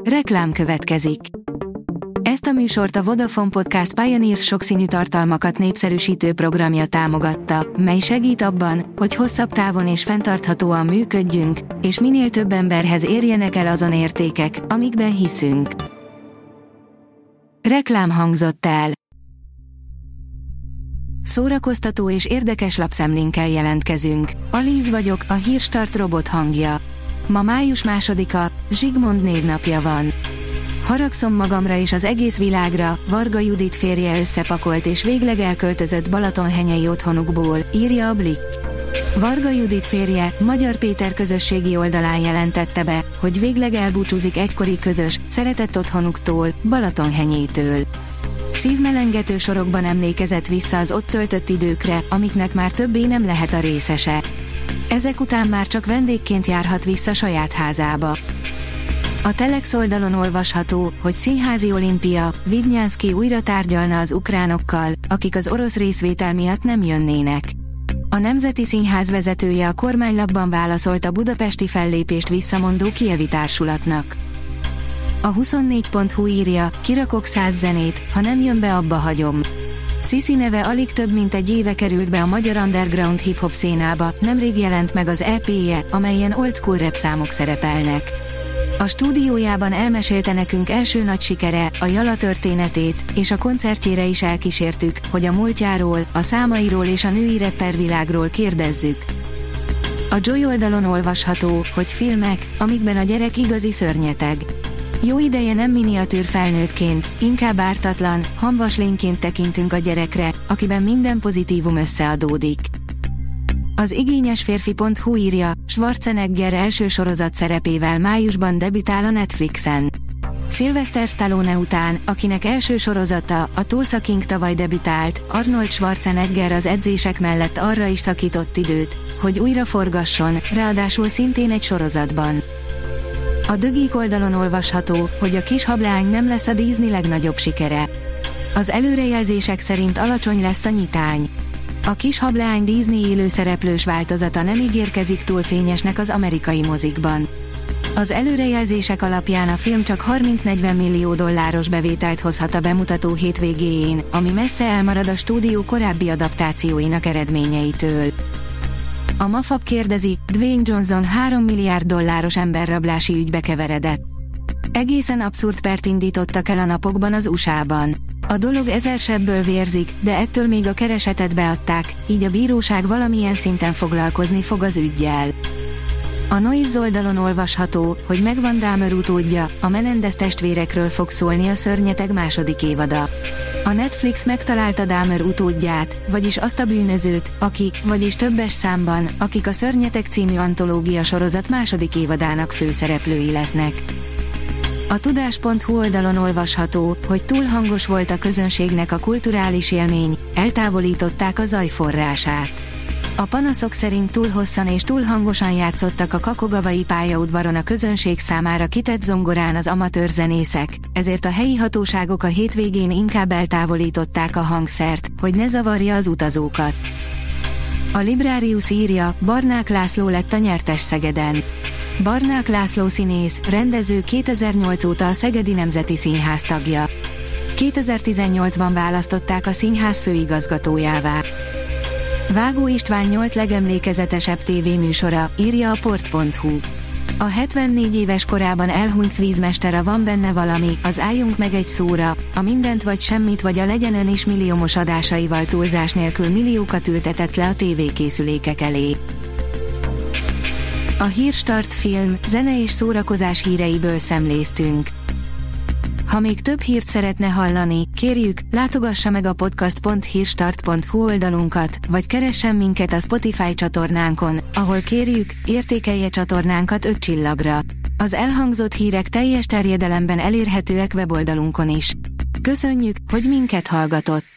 Reklám következik. Ezt a műsort a Vodafone Podcast Pioneers sokszínű tartalmakat népszerűsítő programja támogatta, mely segít abban, hogy hosszabb távon és fenntarthatóan működjünk, és minél több emberhez érjenek el azon értékek, amikben hiszünk. Reklám hangzott el. Szórakoztató és érdekes lapszemlénkkel jelentkezünk. Alíz vagyok, a Hírstart robot hangja. Ma május 2-a, Zsigmond névnapja van. Haragszom magamra és az egész világra, Varga Judit férje összepakolt és végleg elköltözött balatonhenyei otthonukból, írja a Blick. Varga Judit férje, Magyar Péter közösségi oldalán jelentette be, hogy végleg elbúcsúzik egykori közös, szeretett otthonuktól, Balatonhenyétől. Szívmelengető sorokban emlékezett vissza az ott töltött időkre, amiknek már többé nem lehet a részese. Ezek után már csak vendégként járhat vissza saját házába. A Telex oldalon olvasható, hogy színházi olimpia, Vidnyánszky újra tárgyalna az ukránokkal, akik az orosz részvétel miatt nem jönnének. A Nemzeti Színház vezetője a kormánylapban válaszolt a budapesti fellépést visszamondó kijevi társulatnak. A 24.hu írja, kirakok 100 zenét, ha nem jön be, abba hagyom. Sisi neve alig több mint egy éve került be a magyar underground hip-hop szénába, nemrég jelent meg az EP-je, amelyen old school rap számok szerepelnek. A stúdiójában elmesélte nekünk első nagy sikere, a Jala történetét, és a koncertjére is elkísértük, hogy a múltjáról, a számairól és a női rapper világról kérdezzük. A Joy oldalon olvasható, hogy filmek, amikben a gyerek igazi szörnyeteg. Jó ideje nem miniatűr felnőttként, inkább ártatlan, hamvas lényként tekintünk a gyerekre, akiben minden pozitívum összeadódik. Az igényesférfi.hu írja, Schwarzenegger első sorozat szerepével májusban debütál a Netflixen. Sylvester Stallone után, akinek első sorozata, a Tulsa King tavaly debütált, Arnold Schwarzenegger az edzések mellett arra is szakított időt, hogy újra forgasson, ráadásul szintén egy sorozatban. A The Geek oldalon olvasható, hogy a Kis hableány nem lesz a Disney legnagyobb sikere. Az előrejelzések szerint alacsony lesz a nyitány. A Kis hableány Disney élőszereplős változata nem ígérkezik túl fényesnek az amerikai mozikban. Az előrejelzések alapján a film csak 30-40 millió dolláros bevételt hozhat a bemutató hétvégéjén, ami messze elmarad a stúdió korábbi adaptációinak eredményeitől. A Mafab kérdezi, Dwayne Johnson 3 milliárd dolláros emberrablási ügybe keveredett. Egészen abszurd pert indítottak el a napokban az USA-ban. A dolog ezer sebből vérzik, de ettől még a keresetet beadták, így a bíróság valamilyen szinten foglalkozni fog az üggyel. A Noise oldalon olvasható, hogy megvan Dahmer utódja, a Menendez testvérekről fog szólni a Szörnyeteg második évada. A Netflix megtalálta Dahmer utódját, vagyis azt a bűnözőt, aki, vagyis többes számban, akik a Szörnyeteg című antológia sorozat második évadának főszereplői lesznek. A tudás.hu oldalon olvasható, hogy túl hangos volt a közönségnek a kulturális élmény, eltávolították a zaj forrását. A panaszok szerint túl hosszan és túl hangosan játszottak a Kakogavai pályaudvaron a közönség számára kitett zongorán az amatőr zenészek, ezért a helyi hatóságok a hétvégén inkább eltávolították a hangszert, hogy ne zavarja az utazókat. A Librarius írja, Barnák László lett a nyertes Szegeden. Barnák László színész, rendező 2008 óta a Szegedi Nemzeti Színház tagja. 2018-ban választották a színház főigazgatójává. Vágó István 8 legemlékezetesebb tévéműsora, írja a port.hu. A 74 éves korában elhunyt kvízmester a Van benne valami, az Álljunk meg egy szóra, a Mindent vagy semmit vagy a Legyen ön is milliómos adásaival túlzás nélkül milliókat ültetett le a tévékészülékek elé. A Hírstart film, zene és szórakozás híreiből szemléztünk. Ha még több hírt szeretne hallani, kérjük, látogassa meg a podcast.hírstart.hu oldalunkat, vagy keressen minket a Spotify csatornánkon, ahol kérjük, értékelje csatornánkat 5 csillagra. Az elhangzott hírek teljes terjedelemben elérhetőek weboldalunkon is. Köszönjük, hogy minket hallgatott!